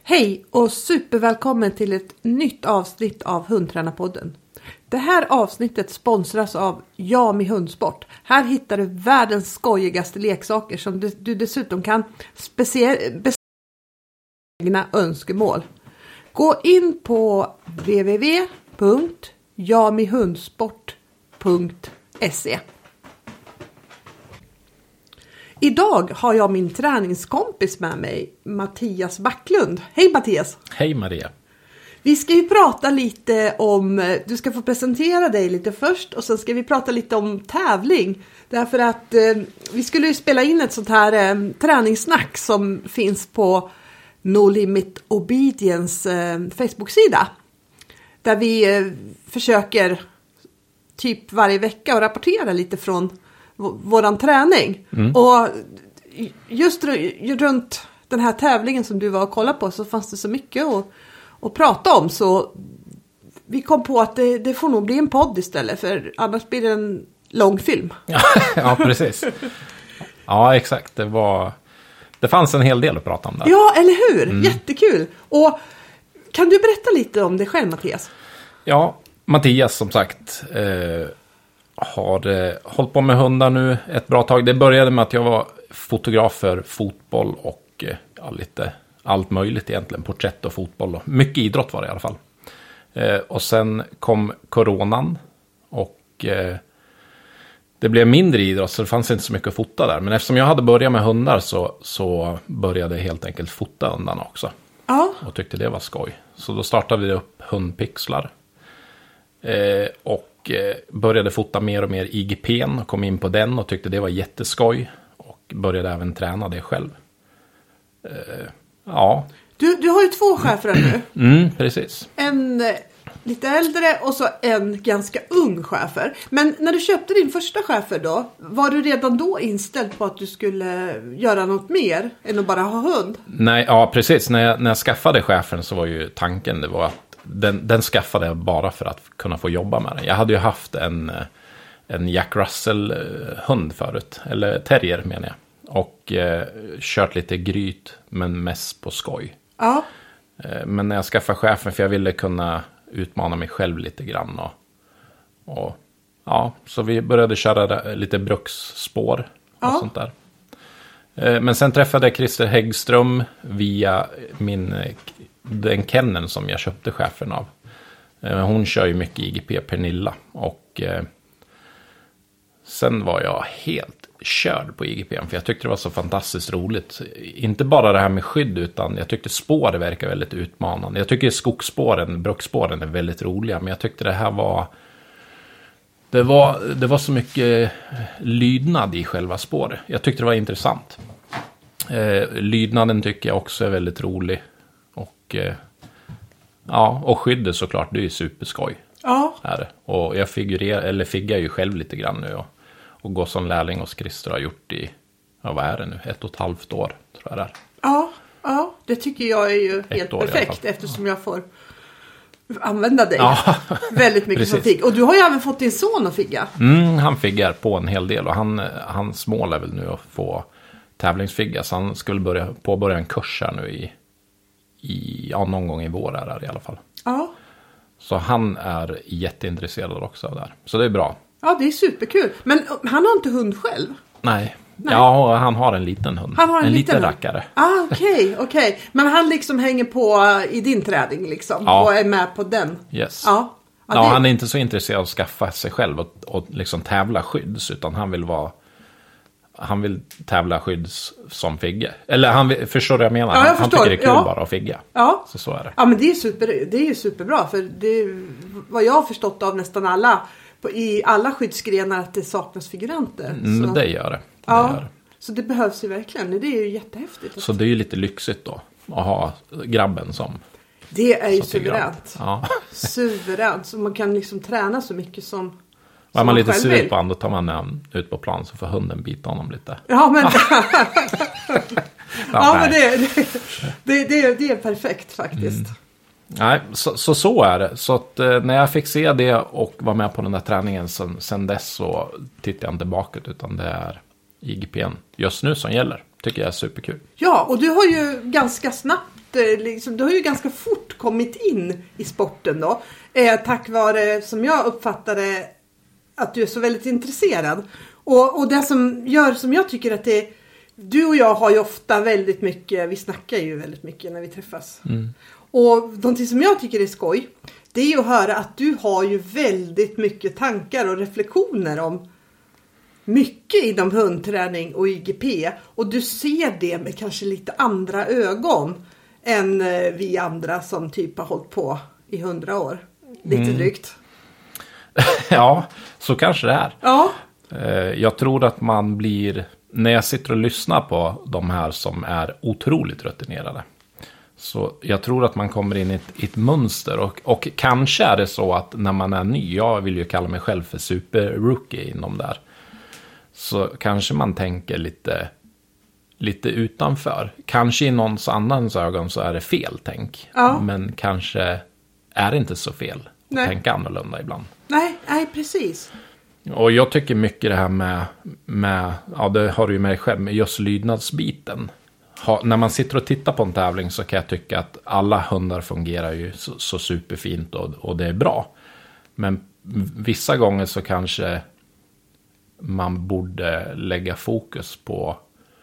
Hej och supervälkommen till ett nytt avsnitt av Hundtränarpodden. Det här avsnittet sponsras av Jami Hundsport. Här hittar du världens skojigaste leksaker som du dessutom kan beställa egna önskemål. Gå in på www.jamihundsport.se. Idag har jag min träningskompis med mig, Mattias Backlund. Hej Mattias! Hej Maria! Vi ska ju prata lite om, du ska få presentera dig lite först och sen ska vi prata lite om tävling. Därför att vi skulle ju spela in ett sånt här träningssnack som finns på No Limit Obedience Facebook-sida. Där vi försöker typ varje vecka att rapportera lite från våran träning. Och just runt den här tävlingen som du var och kollade på så fanns det så mycket att prata om. Så vi kom på att det får nog bli en podd istället, för annars blir det en lång film. Ja, precis. Ja, exakt. Det fanns en hel del att prata om där. Ja, eller hur? Jättekul. Och kan du berätta lite om dig själv, Mattias? Ja, Mattias som sagt har hållit på med hundar nu ett bra tag. Det började med att jag var fotograf för fotboll och lite allt möjligt egentligen. Porträtt och fotboll. Och mycket idrott var det i alla fall. Och sen kom coronan och det blev mindre idrott så det fanns inte så mycket att fota där. Men eftersom jag hade börjat med hundar så började jag helt enkelt fota hundarna också. Ja. Och tyckte det var skoj. Så då startade vi upp hundpixlar. Och började fota mer och mer IGP:n och kom in på den och tyckte det var jätteskoj. Och började även träna det själv. Ja. Du har ju 2 schäfrar nu. Precis. En lite äldre och så en ganska ung schäfer. Men när du köpte din första schäfer då, var du redan då inställd på att du skulle göra något mer än att bara ha hund? Nej, ja precis. När jag skaffade schäfern så var ju tanken det var att den skaffade jag bara för att kunna få jobba med den. Jag hade ju haft en Jack Russell-hund förut. Eller terrier menar jag. Och kört lite gryt men mest på skoj. Ja. Men när jag skaffade schäfern för jag ville kunna utmana mig själv lite grann. Och ja, så vi började köra lite bruksspår och sånt där. Men sen träffade jag Christer Häggström via den kenneln som jag köpte schäfern av. Hon kör ju mycket IGP, Pernilla. Och sen var jag helt körd på IGP. För jag tyckte det var så fantastiskt roligt. Inte bara det här med skydd utan jag tyckte spår verkar väldigt utmanande. Jag tycker skogsspåren, bruksspåren är väldigt roliga. Men jag tyckte det här var... Det var så mycket lydnad i själva spåret. Jag tyckte det var intressant. Lydnaden tycker jag också är väldigt rolig. Och och skyddet såklart, det är ju superskoj. Ja. Här. Och jag figgar ju själv lite grann nu. Och går som lärling hos Christer har gjort i, vad är det nu? 1,5 år tror jag det är. Ja, det tycker jag är ju helt perfekt eftersom jag får använda dig väldigt mycket som figg. Och du har ju även fått din son att figga. Han figgar på en hel del och hans mål är väl nu att få tävlingsfigga. Så han skulle påbörja en kurs här nu någon gång i vår är det i alla fall. Ja. Så han är jätteintresserad också av det här. Så det är bra. Ja, det är superkul. Men han har inte hund själv? Nej. Ja, han har en liten hund. Han har en liten rackare. Okej. Men han liksom hänger på i din träning liksom? Ja. Och är med på den? Yes. Ja, han är inte så intresserad av att skaffa sig själv och liksom tävla skydds. Utan han vill tävla skydds som figge. Eller förstår du vad jag menar? Ja, han tycker det är kul bara att figga. Ja. Så är det. Ja, men det är ju superbra. För det är vad jag har förstått av nästan alla... I alla skyddsgrenar att det saknas figuranter. Så. Det gör det. Så det behövs ju verkligen. Det är ju jättehäftigt. Så det är ju lite lyxigt då. Att ha grabben som... Det är ju suveränt. Ja. Suveränt. Så man kan liksom träna så mycket som... Är man lite sur på honom, då tar man ut på plan så får hunden bita honom lite. Ja, men... men det är perfekt faktiskt. Nej, så är det. Så att när jag fick se det och var med på den där träningen sen dess så tittar jag inte bakåt utan det är IGP:n just nu som gäller. Tycker jag är superkul. Ja, och du har ju ganska snabbt liksom, du har ju ganska fort kommit in i sporten då. Tack vare, som jag uppfattade, att du är så väldigt intresserad. Och det som jag tycker att det är, du och jag har ju ofta väldigt mycket, vi snackar ju väldigt mycket när vi träffas. Och någonting som jag tycker är skoj, det är ju att höra att du har ju väldigt mycket tankar och reflektioner om mycket inom hundträning och IGP. Och du ser det med kanske lite andra ögon än vi andra som typ har hållit på i 100 år. Lite drygt. Ja, så kanske det är. Ja. Jag tror att man blir, när jag sitter och lyssnar på de här som är otroligt rutinerade, så jag tror att man kommer in i ett mönster. Och kanske är det så att när man är ny, jag vill ju kalla mig själv för super-rookie inom där, så kanske man tänker lite utanför. Kanske i någons annans ögon så är det fel tänk. Ja. Men kanske är det inte så fel att tänka annorlunda ibland. Nej, precis. Och jag tycker mycket det här med ja, det har du ju med själv, med just lydnadsbiten. När man sitter och tittar på en tävling så kan jag tycka att alla hundar fungerar ju så superfint och det är bra. Men vissa gånger så kanske man borde lägga fokus på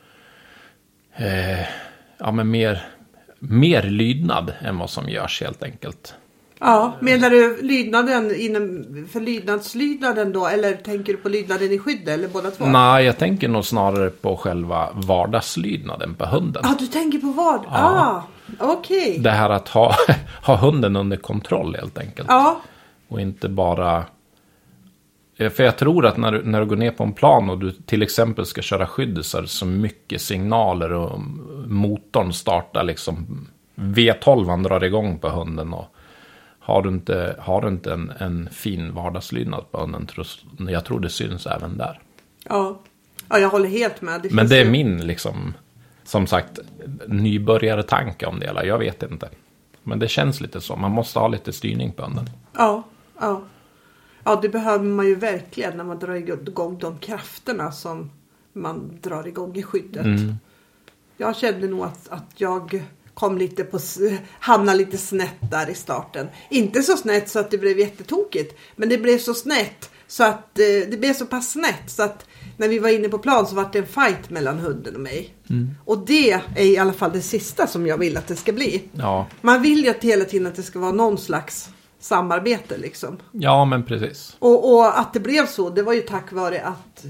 ja, men mer lydnad än vad som görs helt enkelt. Ja, menar du lydnaden för lydnadslydnaden då? Eller tänker du på lydnaden i skyddet eller båda två? Nej, jag tänker nog snarare på själva vardagslydnaden på hunden. Du tänker på okej. Det här att ha hunden under kontroll helt enkelt. Ja. Och inte bara... För jag tror att när du går ner på en plan och du till exempel ska köra skydd, så är det så mycket signaler och motorn startar liksom. V12 drar igång på hunden och har du inte en fin vardagslydnad på hunden, jag tror det syns även där. Ja, jag håller helt med. Men det är min liksom, som sagt, nybörjare tanke om det hela. Jag vet inte. Men det känns lite så. Man måste ha lite styrning på hunden. Ja, det behöver man ju verkligen när man drar igång de krafterna som man drar igång i skyddet. Jag kände nog att jag kom hamnade lite snett där i starten. Inte så snett så att det blev jättetokigt, men det blev så snett så att det blev så pass snett så att när vi var inne på plan så var det en fight mellan hunden och mig. Och det är i alla fall det sista som jag vill att det ska bli. Ja. Man vill ju att hela tiden att det ska vara någon slags samarbete liksom. Ja, men precis. Och att det blev så, det var ju tack vare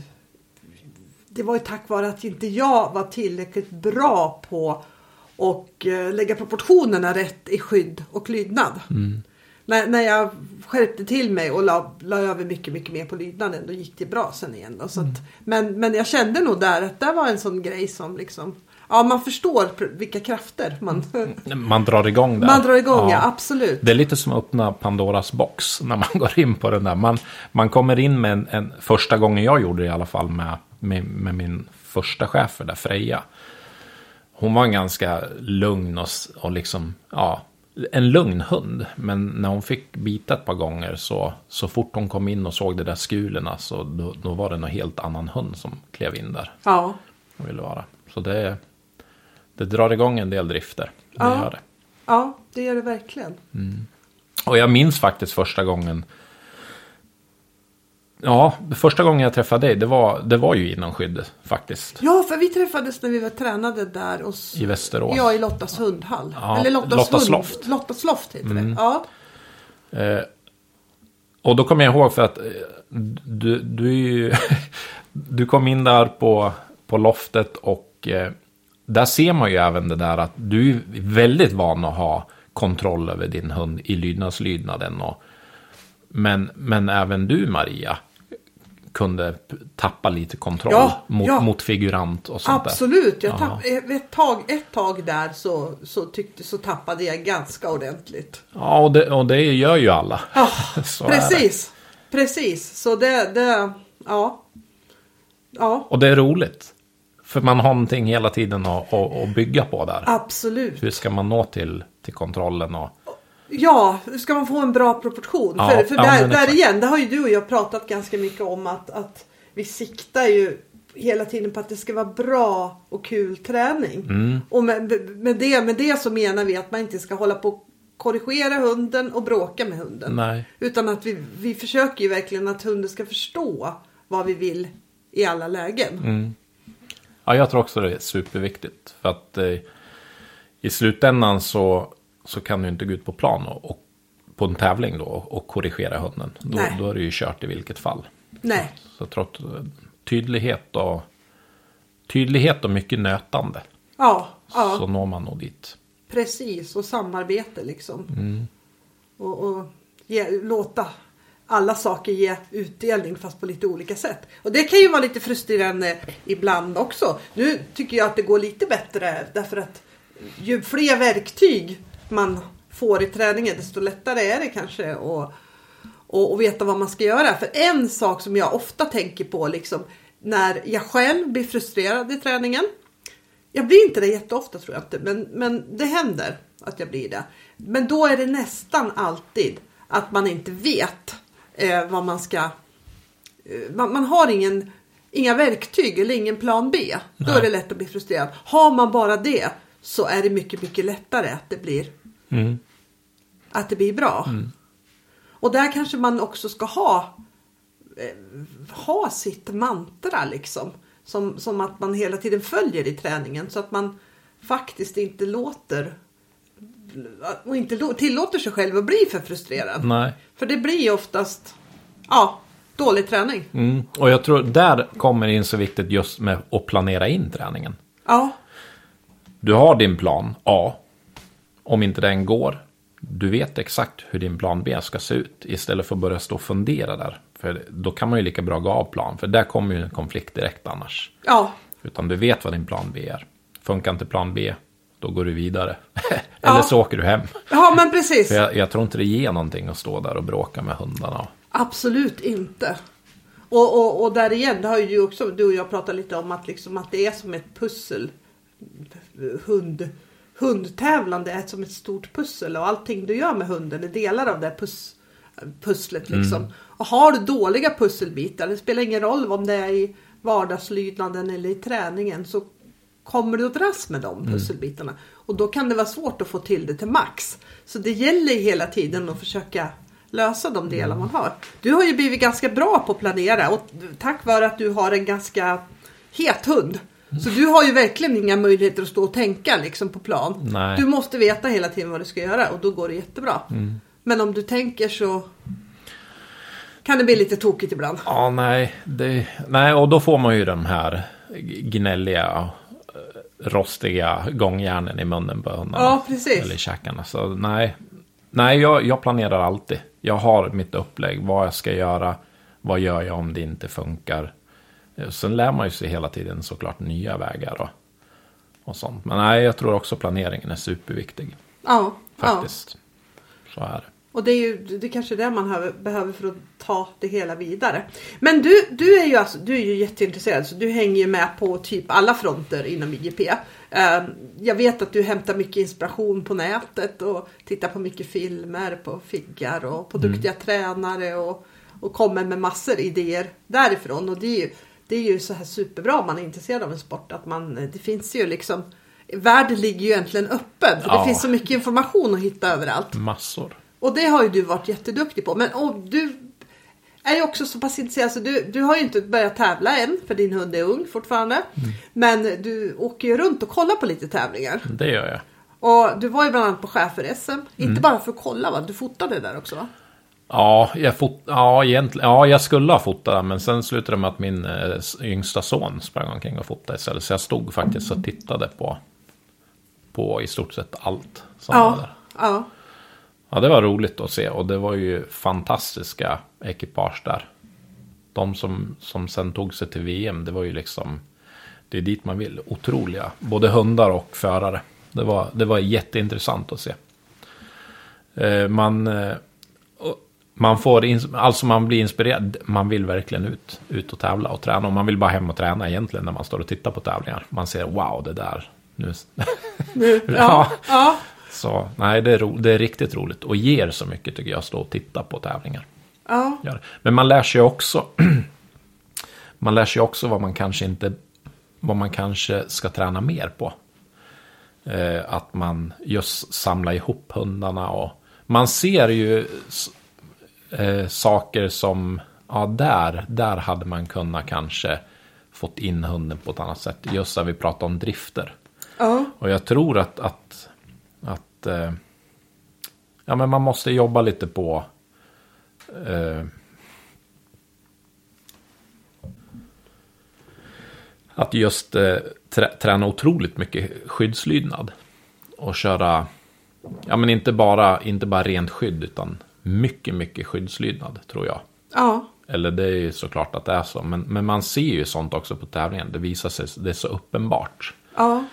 att inte jag var tillräckligt bra på och lägga proportionerna rätt i skydd och lydnad. När jag skärpte till mig och la över mycket, mycket mer på lydnaden, då gick det bra sen igen. Då. Så att, men jag kände nog där att det var en sån grej som liksom, ja, man förstår vilka krafter man drar igång där. Man drar igång, ja, absolut. Det är lite som att öppna Pandoras box när man går in på den där. Man kommer in med en första gången jag gjorde det i alla fall med min första chef där, Freja. Hon var en ganska lugn och liksom, ja, en lugn hund. Men när hon fick bita ett par gånger så fort hon kom in och såg de där skulorna, så då var det en helt annan hund som klev in där. Ja. Och ville vara. Så det drar igång en del drifter. Det gör det. Ja, det gör det verkligen. Och jag minns faktiskt första gången. Ja, första gången jag träffade dig, det var ju inom skyddet faktiskt. Ja, för vi träffades när vi var tränade där i Västerås. Ja, i Lottas hundhall. Ja, eller Lottas Loft. Lottas Loft heter det. Ja. Och då kommer jag ihåg för att du kom in där på loftet och där ser man ju även det där att du är väldigt van att ha kontroll över din hund i lydnadslydnaden. Men även du, Maria, kunde tappa lite kontroll mot figurant och sånt. Absolut. Ett tag där så tappade jag ganska ordentligt. Ja, och det gör ju alla. Ja, precis. Så det ja. Och det är roligt. För man har någonting hela tiden att bygga på där. Absolut. Hur ska man nå till kontrollen och... Ja, ska man få en bra proportion. För där igen, det har ju du och jag pratat ganska mycket om att vi siktar ju hela tiden på att det ska vara bra och kul träning. Och med det så menar vi att man inte ska hålla på och korrigera hunden och bråka med hunden. Nej. Utan att vi försöker ju verkligen att hunden ska förstå vad vi vill i alla lägen. Ja, jag tror också det är superviktigt. För att i slutändan så kan du inte gå ut på plan och på en tävling då och korrigera hunden. Då är det ju kört i vilket fall. Nej. Så trots tydlighet och mycket nötande. Ja. Så når man nog dit. Precis, och samarbete liksom. Och låta alla saker ge utdelning fast på lite olika sätt. Och det kan ju vara lite frustrerande ibland också. Nu tycker jag att det går lite bättre därför att ju fler verktyg man får i träningen desto lättare är det kanske att veta vad man ska göra. För en sak som jag ofta tänker på liksom, när jag själv blir frustrerad i träningen. Jag blir inte det jätteofta tror jag inte. Men det händer att jag blir det. Men då är det nästan alltid att man inte vet vad man ska... Man har inga verktyg eller ingen plan B. Då är det lätt att bli frustrerad. Har man bara det så är det mycket, mycket lättare att det blir... Att det blir bra. Och där kanske man också ska ha sitt mantra liksom. Som att man hela tiden följer i träningen. Så att man faktiskt inte tillåter sig själv att bli för frustrerad. Nej. För det blir ju oftast dålig träning. Och jag tror där kommer det in så viktigt just med att planera in träningen. Ja. Du har din plan A. Om inte den går, du vet exakt hur din plan B ska se ut. Istället för att börja stå och fundera där. För då kan man ju lika bra gå av plan. För där kommer ju en konflikt direkt annars. Ja. Utan du vet vad din plan B är. Funkar inte plan B, då går du vidare. Eller så åker du hem. Ja, men precis. För jag tror inte det ger någonting att stå där och bråka med hundarna. Absolut inte. Och där igen, det har ju också du och jag pratat lite om att, liksom, att det är som ett pussel. Hundtävlande är som ett stort pussel. Och allting du gör med hunden är delar av det pusslet. Liksom. Och har du dåliga pusselbitar, det spelar ingen roll om det är i vardagslydnaden eller i träningen, så kommer du att dras med de pusselbitarna. Och då kan det vara svårt att få till det till max. Så det gäller hela tiden att försöka lösa de delar man har. Du har ju blivit ganska bra på att planera. Och tack vare att du har en ganska het hund. Så du har ju verkligen inga möjligheter att stå och tänka liksom, på plan. Nej. Du måste veta hela tiden vad du ska göra. Och då går det jättebra. Men om du tänker så kan det bli lite tokigt ibland. Ja, nej. Och då får man ju de här gnälliga, rostiga gångjärnen i munnen på hundarna. Ja, precis. Eller i käkarna. Så nej, jag planerar alltid. Jag har mitt upplägg, vad jag ska göra. Vad gör jag om det inte funkar? Sen lär man ju sig hela tiden såklart nya vägar och sånt. Men nej, jag tror också planeringen är superviktig. Ja. Faktiskt. Ja. Så är det. Och det är kanske det man behöver för att ta det hela vidare. Men du är ju jätteintresserad, så du hänger ju med på typ alla fronter inom IGP. Jag vet att du hämtar mycket inspiration på nätet och tittar på mycket filmer på figgar och på duktiga tränare och kommer med massor idéer därifrån. Och det är ju så här superbra om man är intresserad av en sport, att det finns ju liksom, världen ligger ju egentligen öppen. För det finns så mycket information att hitta överallt. Massor. Och det har ju du varit jätteduktig på. Men du är ju också så pass intresserad, så du har ju inte börjat tävla än, för din hund är ung fortfarande. Men du åker ju runt och kollar på lite tävlingar. Det gör jag. Och du var ju bland annat på Schäfer-SM. Inte bara för att kolla, va? Du fotade där också, va? Ja, jag skulle ha fotat, men sen slutade det med att min yngsta son sprang omkring och fotade istället. Så jag stod faktiskt och tittade på i stort sett allt som var där. Ja. Ja, det var roligt att se, och det var ju fantastiska ekipage där. De som sen tog sig till VM, det var ju liksom, det är dit man vill. Otroliga, både hundar och förare. Det var jätteintressant att se. Man blir inspirerad. Man vill verkligen ut och tävla och träna. Och man vill bara hem och träna egentligen när man står och tittar på tävlingar. Man ser, wow, det där. Nu. Ja. Så nej, det är riktigt roligt. Och ger så mycket, tycker jag, att stå och titta på tävlingar. Ja. Men man lär sig också. man lär sig också vad man kanske ska träna mer på. Att man just samlar ihop hundarna och man ser ju saker som där hade man kunnat kanske fått in hunden på ett annat sätt. Just när vi pratar om drifter. Och jag tror att men man måste jobba lite på att just träna otroligt mycket skyddslydnad och köra men inte bara rent skydd utan mycket skyddslydnad tror jag. Ja. Eller det är ju såklart att det är så, men man ser ju sånt också på tävlingen. Det visar sig, det är så uppenbart. Ja.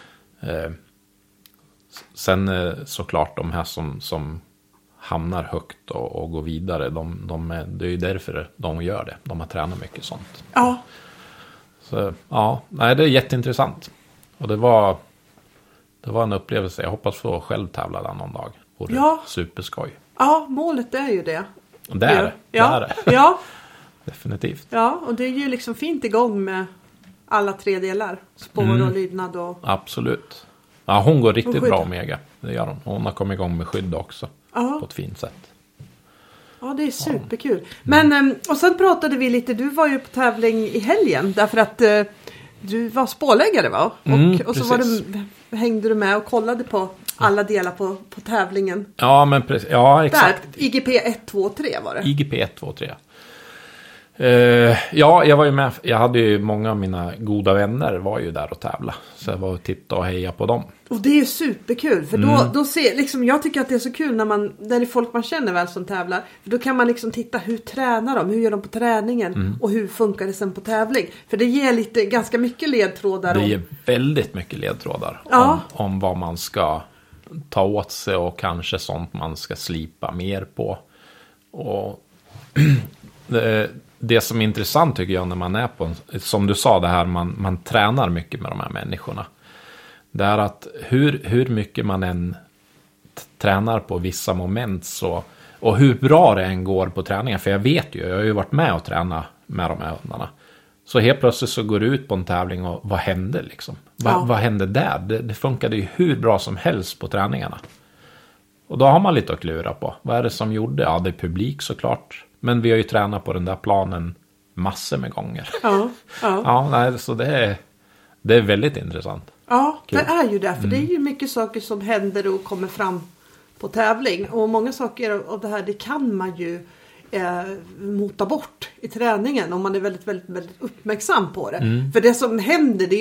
Sen såklart de här som hamnar högt och går vidare, det är ju därför de gör det. De har tränat mycket sånt. Ja. Så det är jätteintressant. Och det var en upplevelse. Jag hoppas få själv tävla där någon dag. Vore superskoj. Ja, målet är ju det. Det är det. Ja. Det är det. Ja. Definitivt. Ja, och det är ju liksom fint igång med alla 3 delar. Spår och lydnad och... Absolut. Ja, hon går riktigt bra, Omega. Det gör hon. Hon har kommit igång med skydd också. På ett fint sätt. Ja, det är superkul. Men, och sen pratade vi lite, du var ju på tävling i helgen. Därför att du var spårläggare, va? Och så hängde du med och kollade på alla delar på tävlingen. Ja, men precis. Ja, exakt. Där, IGP 1, 2, 3 var det. IGP 1, 2, 3. Jag var ju med. Jag hade ju många av mina goda vänner var ju där och tävla. Så jag var och tittade och heja på dem. Och det är ju superkul. För då ser, liksom, jag tycker att det är så kul när det är folk man känner väl som tävlar. För då kan man liksom titta, hur tränar de? Hur gör de på träningen? Och hur funkar det sen på tävling? För det ger ganska mycket ledtrådar. Det ger väldigt mycket ledtrådar. Om vad man ska ta åt sig och kanske sånt man ska slipa mer på. Och det som är intressant tycker jag när man är på som du sa det här, man tränar mycket med de här människorna. Det är att hur mycket man än tränar på vissa moment och hur bra det än går på träningen, för jag har ju varit med och tränat med de här hundarna. Så helt plötsligt så går du ut på en tävling och vad hände liksom? Vad hände där? Det funkade ju hur bra som helst på träningarna. Och då har man lite att klura på. Vad är det som gjorde? Ja, det är publik såklart. Men vi har ju tränat på den där planen massor med gånger. Så det är väldigt intressant. Ja, kul. Det är ju det. För det är ju mycket saker som händer och kommer fram på tävling. Och många saker av det här, det kan man ju mota bort i träningen om man är väldigt, väldigt, väldigt uppmärksam på det. För det som händer, det är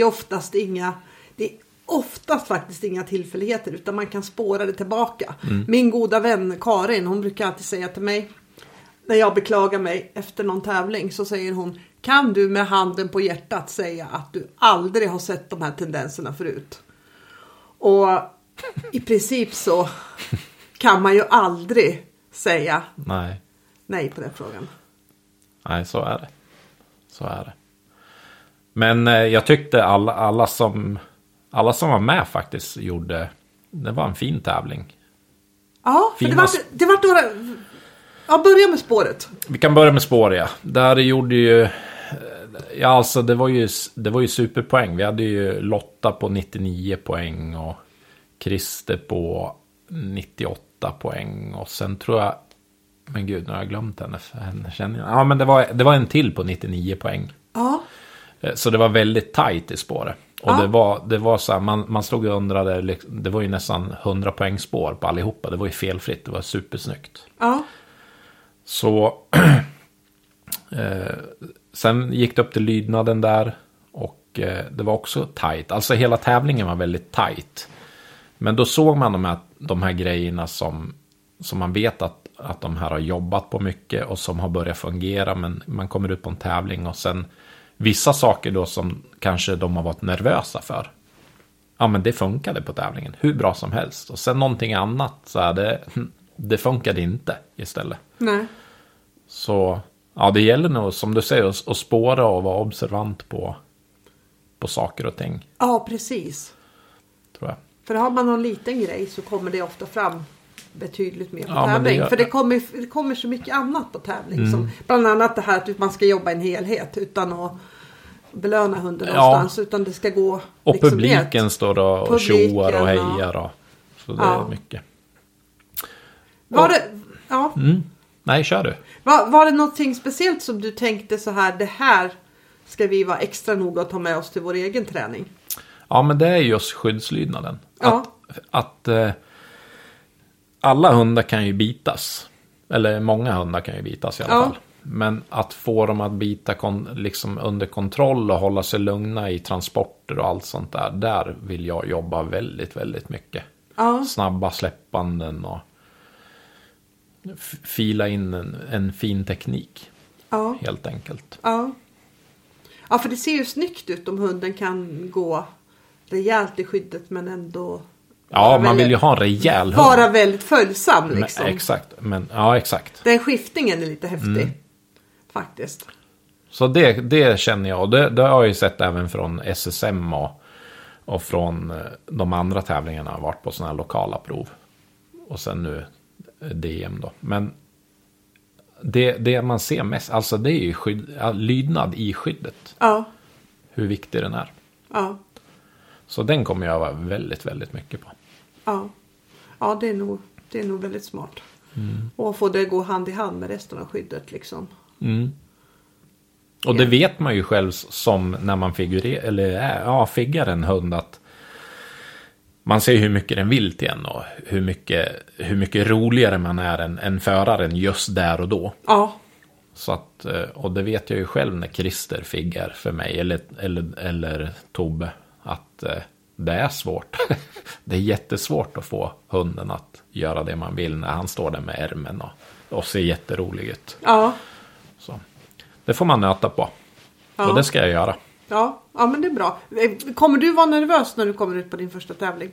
oftast faktiskt inga tillfälligheter, utan man kan spåra det tillbaka. Min goda vän Karin, hon brukar alltid säga till mig, när jag beklagar mig efter någon tävling, så säger hon, kan du med handen på hjärtat säga att du aldrig har sett de här tendenserna förut? Och i princip så kan man ju aldrig säga nej på den frågan. Nej, så är det. Men jag tyckte alla som var med faktiskt det var en fin tävling. Ja, för det var några... Ja, börja med spåret. Vi kan börja med spår, ja. Där gjorde ju... Ja, alltså det var ju superpoäng. Vi hade ju Lotta på 99 poäng och Christer på 98 poäng. Och sen tror jag... Men gud, nu har jag glömt henne. Känner jag. Ja, men det var en till på 99 poäng. Ja. Så det var väldigt tajt i spåret. Och det var så här, man stod och undrade, det var ju nästan 100 poäng spår på allihopa. Det var ju felfritt, det var supersnyggt. Ja. Så sen gick det upp till lydnaden där och det var också tajt. Alltså hela tävlingen var väldigt tajt. Men då såg man de här grejerna som man vet att de här har jobbat på mycket och som har börjat fungera, men man kommer ut på en tävling och sen vissa saker då som kanske de har varit nervösa för. Ja, men det funkade på tävlingen hur bra som helst. Och sen någonting annat så är det funkade inte istället. Nej. Så ja, det gäller nog som du säger att spåra och vara observant på saker och ting. Ja, precis. Tror jag. För har man någon liten grej så kommer det ofta fram betydligt mer på tävling. För det kommer så mycket annat på tävling. Som bland annat det här att man ska jobba i en helhet utan att belöna hunden någonstans, utan det ska gå... Och liksom publiken står och tjoar och hejar. Och, så det är mycket. Var det... Ja. Nej, kör du. Var det någonting speciellt som du tänkte så här, det här ska vi vara extra noga och ta med oss till vår egen träning. Ja, men det är just skyddslydnaden. Ja. Att alla hundar kan ju bitas. Eller många hundar kan ju bitas i alla fall. Men att få dem att bita liksom under kontroll och hålla sig lugna i transporter och allt sånt där. Där vill jag jobba väldigt, väldigt mycket. Ja. Snabba släppanden och fila in en fin teknik. Ja. Helt enkelt. Ja. Ja, för det ser ju snyggt ut om hunden kan gå rejält i skyddet men ändå... Ja, man vill ju ha en rejäl hund. Vara väldigt följsam liksom. Men, exakt. Men, ja, exakt. Den skiftningen är lite häftig. Faktiskt. Så det känner jag. Och det har jag ju sett även från SSM och från de andra tävlingarna. Jag har varit på sådana här lokala prov. Och sen nu DM då. Men det man ser mest, alltså det är ju lydnad i skyddet. Ja. Hur viktig den är. Ja. Så den kommer jag vara väldigt, väldigt mycket på. Ja. Ja, det är nog väldigt smart. Och få det gå hand i hand med resten av skyddet liksom. Och det vet man ju själv som när man figgar en hund att man ser hur mycket den vill till en och hur mycket roligare man är än föraren just där och då. Ja. Så att, och det vet jag ju själv när Christer figgar för mig eller Tobbe att det är svårt. Det är jättesvårt att få hunden att göra det man vill när han står där med ärmen och ser jätterolig ut. Ja. Så det får man nöta på. Ja. Och det ska jag göra. Ja, men det är bra. Kommer du vara nervös när du kommer ut på din första tävling?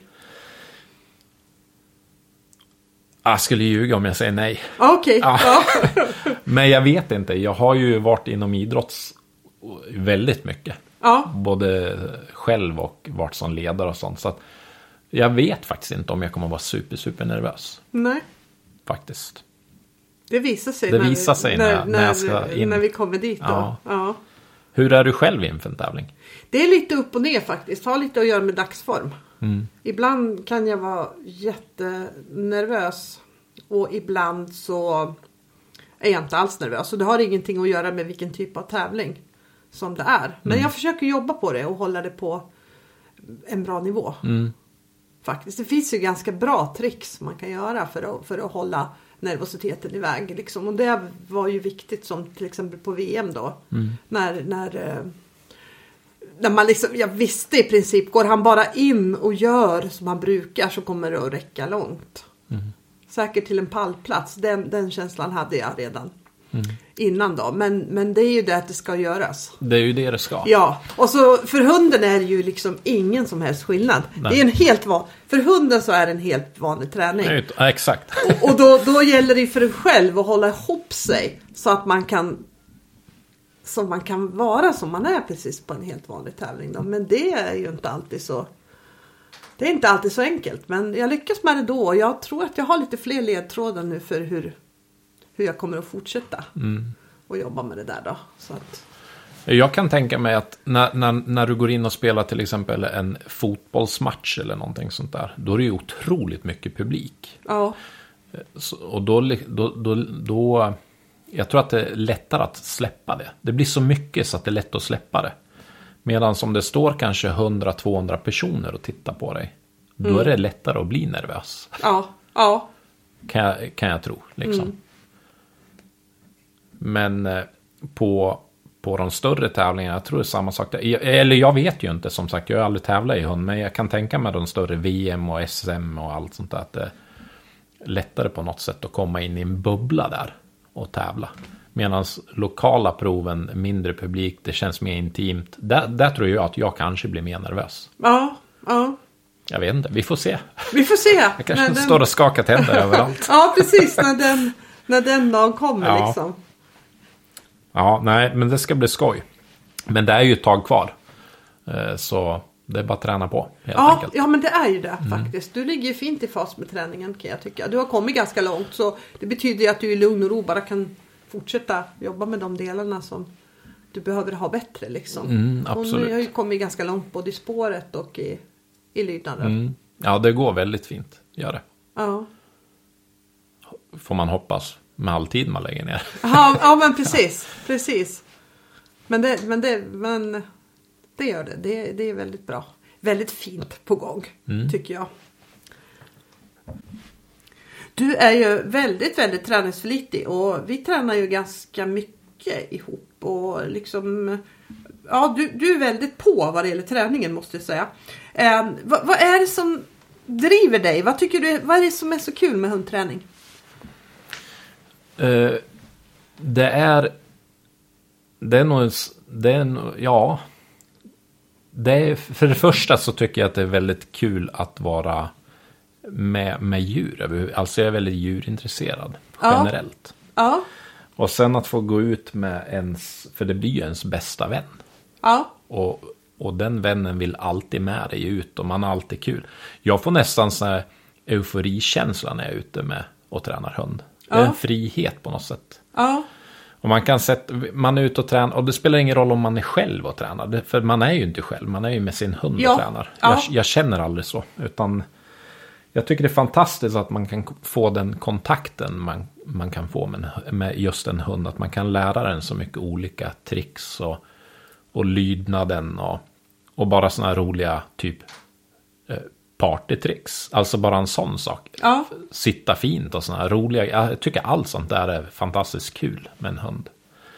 Jag skulle ljuga om jag säger nej. Okej. Ja. Ja. Men jag vet inte. Jag har ju varit inom idrotts väldigt mycket. Ja. Både själv och varit som ledare och sånt. Så att jag vet faktiskt inte om jag kommer vara super nervös. Nej. Faktiskt. Det visar sig, när jag ska in. När vi kommer dit då. Ja. Ja. Hur är du själv inför en tävling? Det är lite upp och ner faktiskt. Har lite att göra med dagsform. Ibland kan jag vara jättenervös. Och ibland så är jag inte alls nervös. Så det har ingenting att göra med vilken typ av tävling som det är. Men jag försöker jobba på det och hålla det på en bra nivå. Faktiskt. Det finns ju ganska bra tricks man kan göra för att hålla nervositeten iväg. Liksom. Och det var ju viktigt som till exempel på VM då. När man liksom, jag visste i princip, går han bara in och gör som han brukar så kommer det att räcka långt. Säkert till en pallplats. Den känslan hade jag redan innan då. Men det är ju det att det ska göras. Det är ju det ska. Ja, och så för hunden är det ju liksom ingen som helst skillnad. Nej. Det är för hunden så är det en helt vanlig träning. Ja, exakt. Och då gäller det för dig själv att hålla ihop sig så att man kan vara som man är precis på en helt vanlig tävling då. Men det är ju inte alltid så. Det är inte alltid så enkelt, men jag lyckas med det då. Jag tror att jag har lite fler ledtrådar nu för hur jag kommer att fortsätta och jobba med det där då. Så att... Jag kan tänka mig att när du går in och spelar till exempel en fotbollsmatch eller någonting sånt där, då är det ju otroligt mycket publik. Ja. Och då jag tror att det är lättare att släppa det. Det blir så mycket så att det är lätt att släppa det. Medan som det står kanske 100-200 personer och tittar på dig, då är det lättare att bli nervös. Ja. Kan jag tro, liksom. Men på de större tävlingarna, jag tror det är samma sak. Eller jag vet ju inte, som sagt, jag har aldrig tävlat i hund, men jag kan tänka mig de större VM och SM och allt sånt där, att det är lättare på något sätt att komma in i en bubbla där och tävla. Medan lokala proven, mindre publik, det känns mer intimt. Där tror jag att jag kanske blir mer nervös. Ja. Jag vet inte, vi får se. Jag kanske står och skakar tänder överallt. Ja, precis, när den dagen kommer liksom. Ja, nej, men det ska bli skoj. Men det är ju ett tag kvar. Så det är bara att träna på, helt enkelt. Ja, men det är ju det faktiskt. Du ligger ju fint i fas med träningen, kan jag tycka. Du har kommit ganska långt, så det betyder ju att du i lugn och ro bara kan fortsätta jobba med de delarna som du behöver ha bättre liksom. Absolut. Hon har ju kommit ganska långt både i spåret och i lydnaden. Ja, det går väldigt fint. Gör det. Ja. Får man hoppas med all tid man lägger ner. Ja, men precis. Men det gör det. Det är väldigt bra. Väldigt fint på gång, tycker jag. Du är ju väldigt, väldigt träningsflitig och vi tränar ju ganska mycket ihop och liksom, ja, du är väldigt på vad det gäller träningen, måste jag säga. Vad är det som driver dig? Vad tycker du, vad är det som är så kul med hundträning? Det är för det första så tycker jag att det är väldigt kul att vara med djur. Alltså jag är väldigt djurintresserad generellt. Ja. Och sen att få gå ut med för det blir ju ens bästa vän. Ja. Och den vännen vill alltid med dig ut och man har alltid kul. Jag får nästan så här euforikänsla när jag är ute med och tränar hund. Det är en frihet på något sätt. Ja. Och man är ute och tränar och det spelar ingen roll om man är själv och tränar. För man är ju inte själv, man är ju med sin hund och tränar. Ja. Jag känner aldrig så, utan jag tycker det är fantastiskt att man kan få den kontakten man kan få med just en hund. Att man kan lära den så mycket olika tricks och lydnaden och bara såna här roliga typ partytricks. Alltså bara en sån sak. Ja. Sitta fint och såna här roliga. Jag tycker allt sånt där är fantastiskt kul med en hund.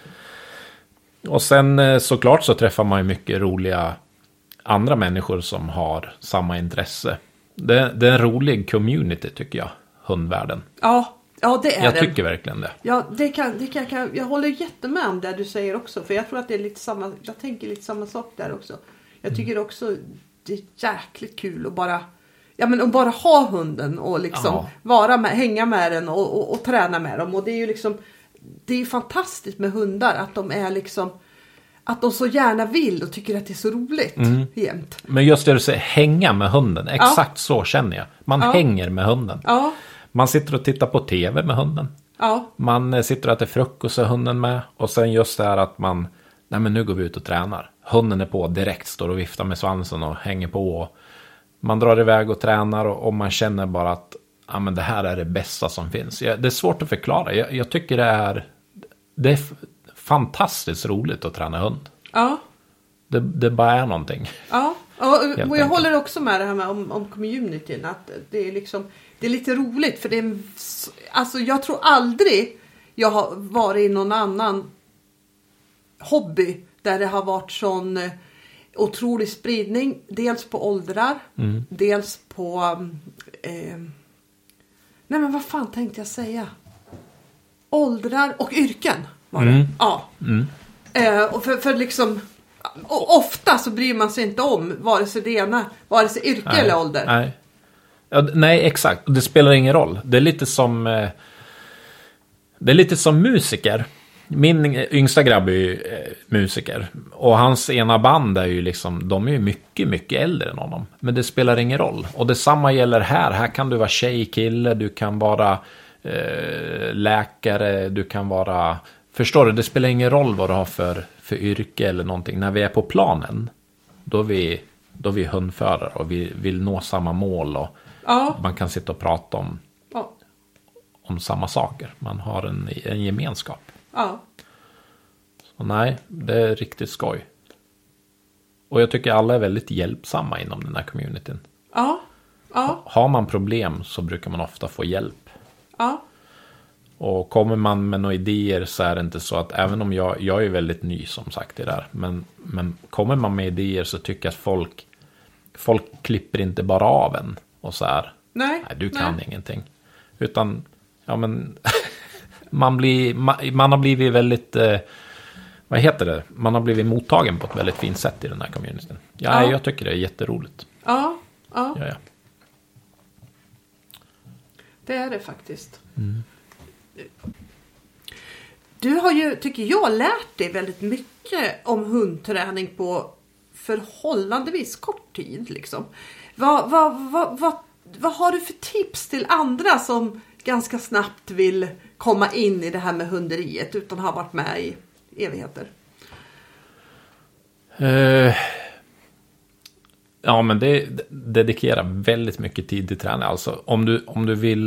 Och sen såklart så träffar man ju mycket roliga andra människor som har samma intresse. Det är en rolig community tycker jag, hundvärlden. Ja, det är jag det. tycker verkligen det. Ja, jag håller jättemed om det du säger också. För jag tror att det är lite samma, jag tänker lite samma sak där också. Jag tycker också det är jäkligt kul att bara, att bara ha hunden och liksom hänga med den och träna med dem. Och det är ju liksom, det är fantastiskt med hundar att de är liksom, att de så gärna vill och tycker att det är så roligt jämt. Men just det du säger, hänga med hunden. Exakt så känner jag. Man hänger med hunden. Ja. Man sitter och tittar på tv med hunden. Ja. Man sitter och äter frukost och hunden med. Och sen just det här att men nu går vi ut och tränar. Hunden är på direkt, står och viftar med svansen och hänger på. Och man drar iväg och tränar och man känner bara att men det här är det bästa som finns. Det är svårt att förklara. Jag tycker det är fantastiskt roligt att träna hund. Ja. Det bara är någonting. Ja, och jag håller också med det här med om communityn. Att det är liksom, det är lite roligt. För det är, alltså jag tror aldrig jag har varit i någon annan hobby där det har varit sån otrolig spridning. Dels på åldrar. Dels på nej men vad fan tänkte jag säga? Åldrar och yrken var det. Ja. Och för liksom, och ofta så bryr man sig inte om vare sig yrke eller ålder. Nej. Nej, exakt. Det spelar ingen roll. Det är lite som musiker. Min yngsta grabb är ju musiker. Och hans ena band är ju liksom, de är ju mycket, mycket äldre än honom. Men det spelar ingen roll. Och detsamma gäller här. Här kan du vara tjej, kille, du kan vara läkare, du kan vara... Förstår du, det spelar ingen roll vad du har för yrke eller någonting. När vi är på planen, då är vi hundförare och vi vill nå samma mål. Och man kan sitta och prata om samma saker. Man har en gemenskap. Ja. Så nej, det är riktigt skoj. Och jag tycker alla är väldigt hjälpsamma inom den här communityn. Ja. Har man problem så brukar man ofta få hjälp. Ja. Och kommer man med några idéer så är det inte så att, även om jag är väldigt ny som sagt i det där, men kommer man med idéer så tycker jag att folk klipper inte bara av en och så här, nej du kan ingenting. Utan, man har blivit väldigt, vad heter det? Man har blivit mottagen på ett väldigt fint sätt i den här communityn. Jag tycker det är jätteroligt. Ja. Det är det faktiskt. Du har ju, tycker jag, lärt dig väldigt mycket om hundträning på förhållandevis kort tid. Liksom. Vad har du för tips till andra som ganska snabbt vill komma in i det här med hunderiet utan att ha varit med i evigheter? Ja, men det dedikerar väldigt mycket tid till träning. Alltså om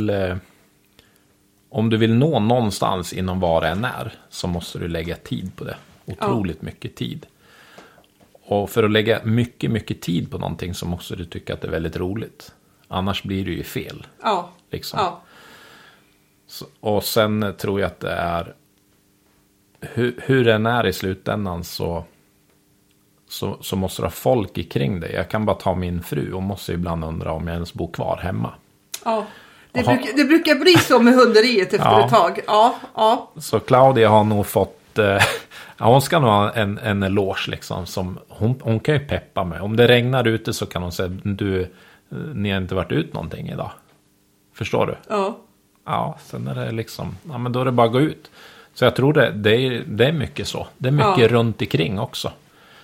du vill nå någonstans inom vad det än är, så måste du lägga tid på det. Otroligt mycket tid. Och för att lägga mycket tid på någonting så måste du tycka att det är väldigt roligt. Annars blir det ju fel. Ja. Liksom. Ja. Och sen tror jag att det är hur den är i slutändan så måste du ha folk kring dig. Jag kan bara ta min fru och måste ibland undra om jag ens bor kvar hemma. Ja. Det brukar bli så med hunderiet efter ett tag. Ja. Så Claudia har nog fått... hon ska nog ha en eloge liksom. Som hon kan ju peppa mig. Om det regnar ute så kan hon säga ni har inte varit ut någonting idag. Förstår du? Ja. Ja, sen är det liksom... Ja, men då är det bara att gå ut. Så jag tror det är mycket så. Det är mycket runt omkring också.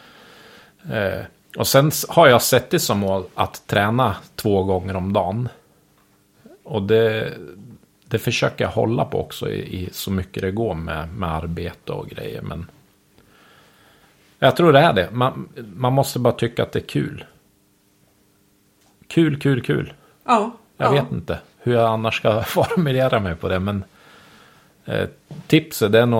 Och sen har jag sett det som mål att träna 2 gånger om dagen. Och det försöker jag hålla på också i så mycket det går med arbete och grejer. Men jag tror det är det. Man måste bara tycka att det är kul. Kul. Ja. Jag vet inte hur jag annars ska formulera mig på det. Men tipset är nog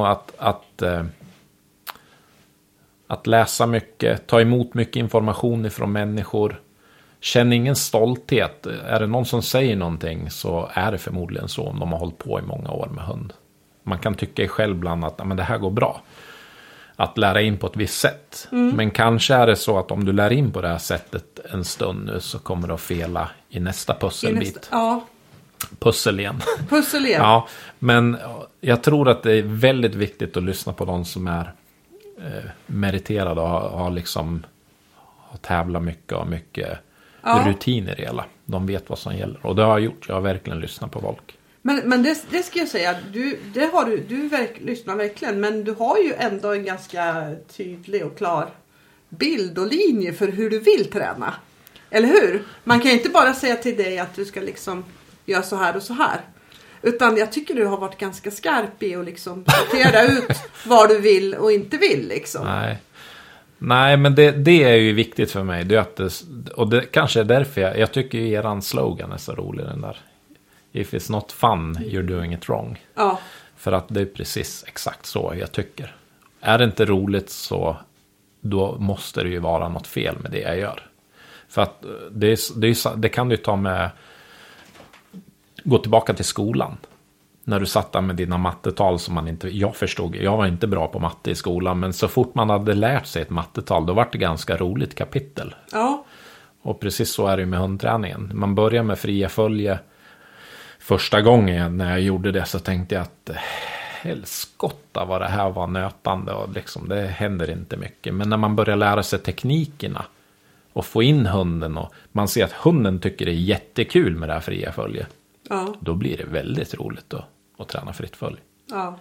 att läsa mycket. Ta emot mycket information ifrån människor. Känn ingen stolthet. Är det någon som säger någonting så är det förmodligen så om de har hållit på i många år med hund. Man kan tycka i själv bland att men det här går bra. Att lära in på ett visst sätt. Men kanske är det så att om du lär in på det här sättet en stund nu så kommer du att fela i nästa pusselbit. Pussel igen. Ja, men jag tror att det är väldigt viktigt att lyssna på de som är meriterade och har tävlat mycket och mycket rutiner i hela. De vet vad som gäller. Och det har jag gjort. Jag har verkligen lyssnat på folk. Men det ska jag säga. Du lyssnar verkligen. Men du har ju ändå en ganska tydlig och klar bild och linje för hur du vill träna. Eller hur? Man kan ju inte bara säga till dig att du ska liksom göra så här och så här. Utan jag tycker du har varit ganska skarp i att liksom sortera ut vad du vill och inte vill liksom. Nej, men det är ju viktigt för mig. Och det kanske är därför jag tycker ju eran slogan är så rolig, den där. If it's not fun, you're doing it wrong. Ja. För att det är precis exakt så jag tycker. Är det inte roligt så då måste det ju vara något fel med det jag gör. För att det kan du ta med... Gå tillbaka till skolan. När du satt där med dina mattetal som man inte... Jag förstod, jag var inte bra på matte i skolan. Men så fort man hade lärt sig ett mattetal, då var det ganska roligt kapitel. Ja. Och precis så är det med hundträningen. Man börjar med fria följe. Första gången när jag gjorde det så tänkte jag att... Helskotta vad det här var nötande. Och liksom, det händer inte mycket. Men när man börjar lära sig teknikerna. Och få in hunden. Och man ser att hunden tycker det är jättekul med det här fria följe. Ja. Då blir det väldigt roligt att träna fritt följ. Ja.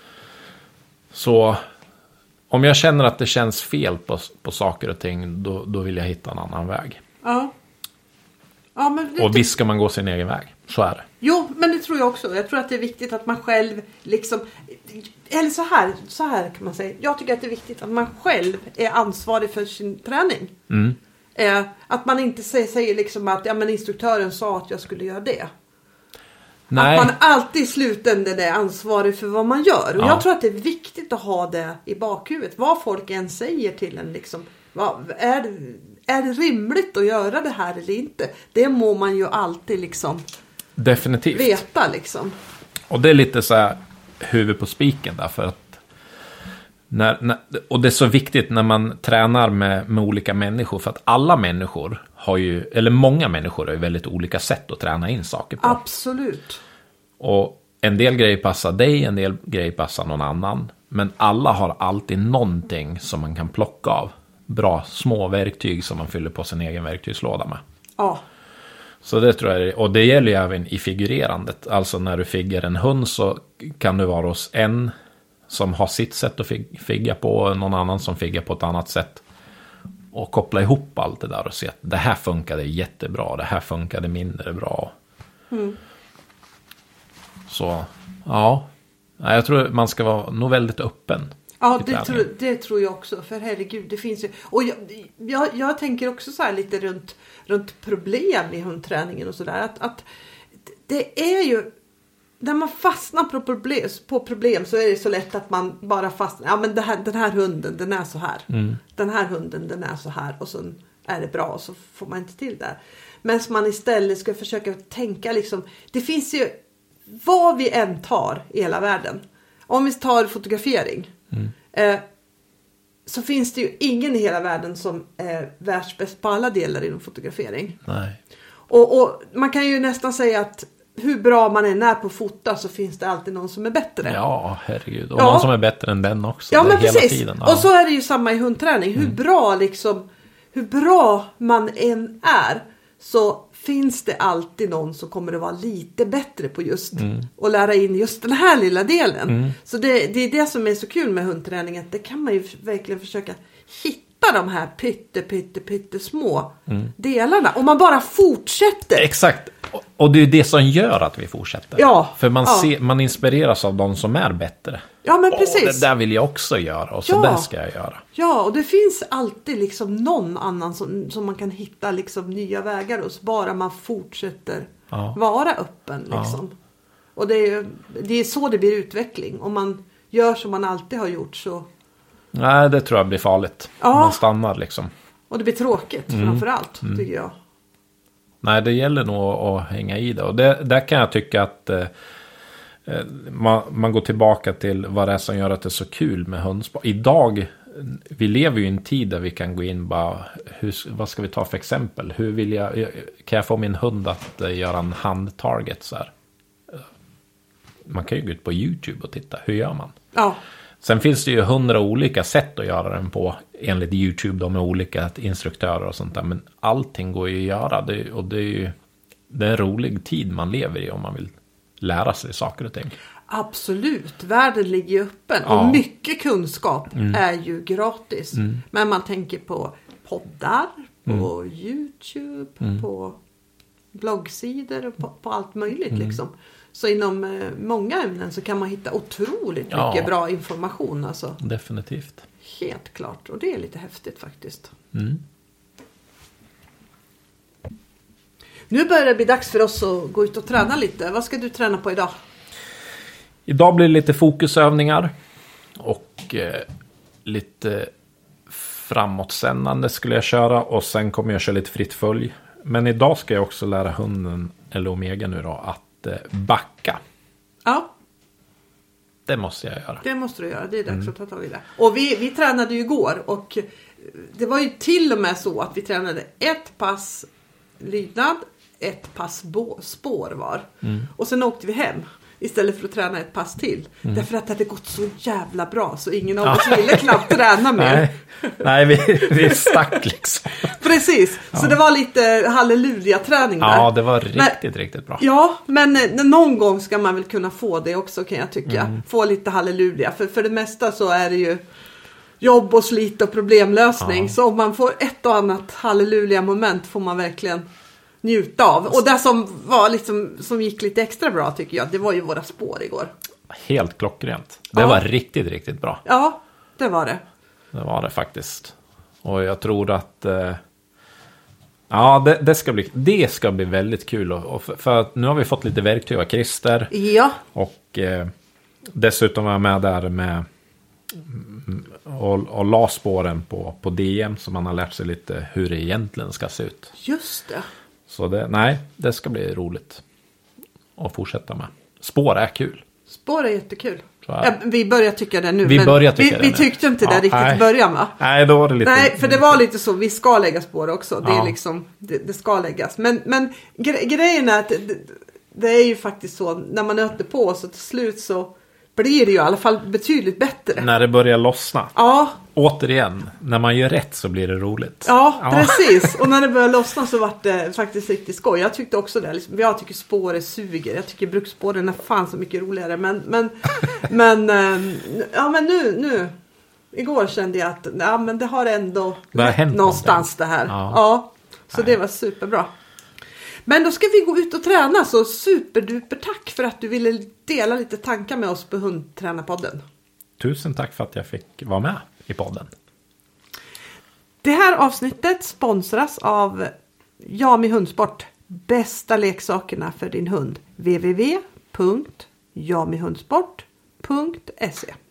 Så om jag känner att det känns fel på saker och ting, då vill jag hitta en annan väg. Ja. Men och visst ska man gå sin egen väg, så är det. Jo, men det tror jag också. Jag tror att det är viktigt att man själv liksom... Eller så här kan man säga. Jag tycker att det är viktigt att man själv är ansvarig för sin träning. Att man inte säger liksom att men instruktören sa att jag skulle göra det. Nej. Att man alltid i slutändan är ansvarig för vad man gör. Och jag tror att det är viktigt att ha det i bakhuvudet. Vad folk än säger till en liksom. Är det rimligt att göra det här eller inte? Det må man ju alltid liksom definitivt veta liksom. Och det är lite så här huvud på spiken där, för att och det är så viktigt när man tränar med olika människor, för att alla människor har ju, eller många människor har ju väldigt olika sätt att träna in saker på. Absolut. Och en del grejer passar dig, en del grejer passar någon annan. Men alla har alltid någonting som man kan plocka av. Bra små verktyg som man fyller på sin egen verktygslåda med. Ja. Så det tror jag, och det gäller ju även i figurerandet. Alltså när du figgar en hund så kan du vara hos en som har sitt sätt att figga på och någon annan som figgar på ett annat sätt. Och koppla ihop allt det där och se att det här funkade jättebra, det här funkade mindre bra. Så, ja. Jag tror man ska vara nog väldigt öppen. Ja, det tror jag också. För herregud, det finns ju... Och jag tänker också så här lite runt problem i hundträningen och sådär. Att det är ju... När man fastnar på problem så är det så lätt att man bara fastnar. Ja, men den här hunden, den är så här. Den här hunden, den är så här. Och så är det bra och så får man inte till det. Men man istället ska försöka tänka liksom... Det finns ju... Vad vi än tar i hela världen. Om vi tar fotografering. Så finns det ju ingen i hela världen som är världsbäst på alla delar inom fotografering. Nej. Och man kan ju nästan säga att hur bra man än är på fota så finns det alltid någon som är bättre. Ja, herregud. Och någon som är bättre än den också. Ja, men hela precis. Tiden. Ja. Och så är det ju samma i hundträning. Hur bra man än är så finns det alltid någon som kommer att vara lite bättre på just och lära in just den här lilla delen. Så det är det som är så kul med hundträning, att det kan man ju verkligen försöka hitta de här pytte små delarna. Och man bara fortsätter. Exakt. Och det är det som gör att vi fortsätter. Ja. För man inspireras av de som är bättre. Ja, men precis. Det där vill jag också göra. Och så där ska jag göra. Ja, och det finns alltid liksom någon annan som man kan hitta liksom nya vägar hos. Bara man fortsätter vara öppen liksom. Och det är så det blir utveckling. Om man gör som man alltid har gjort så... Nej, det tror jag blir farligt. Ja. Man stannar liksom. Och det blir tråkigt framförallt, tycker jag. Nej, det gäller nog att hänga i det. Och där kan jag tycka att man går tillbaka till vad det är som gör att det är så kul med hundsport. Idag, vi lever ju i en tid där vi kan gå in bara, vad ska vi ta för exempel? Kan jag få min hund att göra en handtarget så här? Man kan ju gå ut på YouTube och titta, hur gör man? Ja. Sen finns det ju 100 olika sätt att göra den på enligt YouTube, de är olika instruktörer och sånt där, men allting går ju att göra det är en rolig tid man lever i om man vill lära sig saker och ting. Absolut, världen ligger ju öppen och mycket kunskap är ju gratis. Men man tänker på poddar, på YouTube, på bloggsidor och på allt möjligt liksom. Så inom många ämnen så kan man hitta otroligt mycket bra information. Alltså. Definitivt. Helt klart. Och det är lite häftigt faktiskt. Nu börjar det bli dags för oss att gå ut och träna lite. Vad ska du träna på idag? Idag blir det lite fokusövningar. Och lite framåtsändande skulle jag köra. Och sen kommer jag köra lite fritt följ. Men idag ska jag också lära hunden, eller Omega nu då, att backa. Ja. Det måste jag göra. Det måste du göra, det är dags att ta tag i det. Och vi tränade ju igår och det var ju till och med så att vi tränade ett pass lydnad, ett pass spår var. Och sen åkte vi hem istället för att träna ett pass till. Därför att det hade gått så jävla bra så ingen av oss ville knappt träna mer. Nej, vi stack liksom. Precis, så det var lite halleluja-träning där. Ja, det var riktigt bra. Ja, men någon gång ska man väl kunna få det också kan jag tycka. Få lite halleluja, för det mesta så är det ju jobb och slit och problemlösning. Så om man får ett och annat halleluja-moment får man verkligen njuta av. Och det som var liksom, som gick lite extra bra tycker jag, det var ju våra spår igår. Helt klockrent. Det var riktigt bra. Ja, det var det. Det var det faktiskt. Och jag tror att det ska bli väldigt kul. Och för att nu har vi fått lite verktyg av Christer. Ja. Och dessutom var jag med där med och la spåren på DM. Så man har lärt sig lite hur det egentligen ska se ut. Just det. Så det ska bli roligt att fortsätta med. Spår är kul. Spår är jättekul. Vi börjar tycka det nu. Vi tyckte inte det riktigt i början, va? Nej, då var det lite... Nej, för det var lite så. Vi ska lägga spår också. Det är liksom, det ska läggas. Men grejen är att det är ju faktiskt så. När man nöter på så till slut så blir det ju i alla fall betydligt bättre. När det börjar lossna. Ja. Återigen, när man gör rätt så blir det roligt. Ja, precis. Och när det börjar lossna så var det faktiskt riktigt skoj. Jag tyckte också det. Liksom, jag tycker spåret suger. Jag tycker bruksspåren är fan så mycket roligare. Men nu. Igår kände jag att men det har ändå hänt någonstans det här. Ja. Så det var superbra. Men då ska vi gå ut och träna, så superduper tack för att du ville dela lite tankar med oss på Hundtränarpodden. tusen tack för att jag fick vara med i podden. Det här avsnittet sponsras av Jami Hundsport. Bästa leksakerna för din hund. www.jamihundsport.se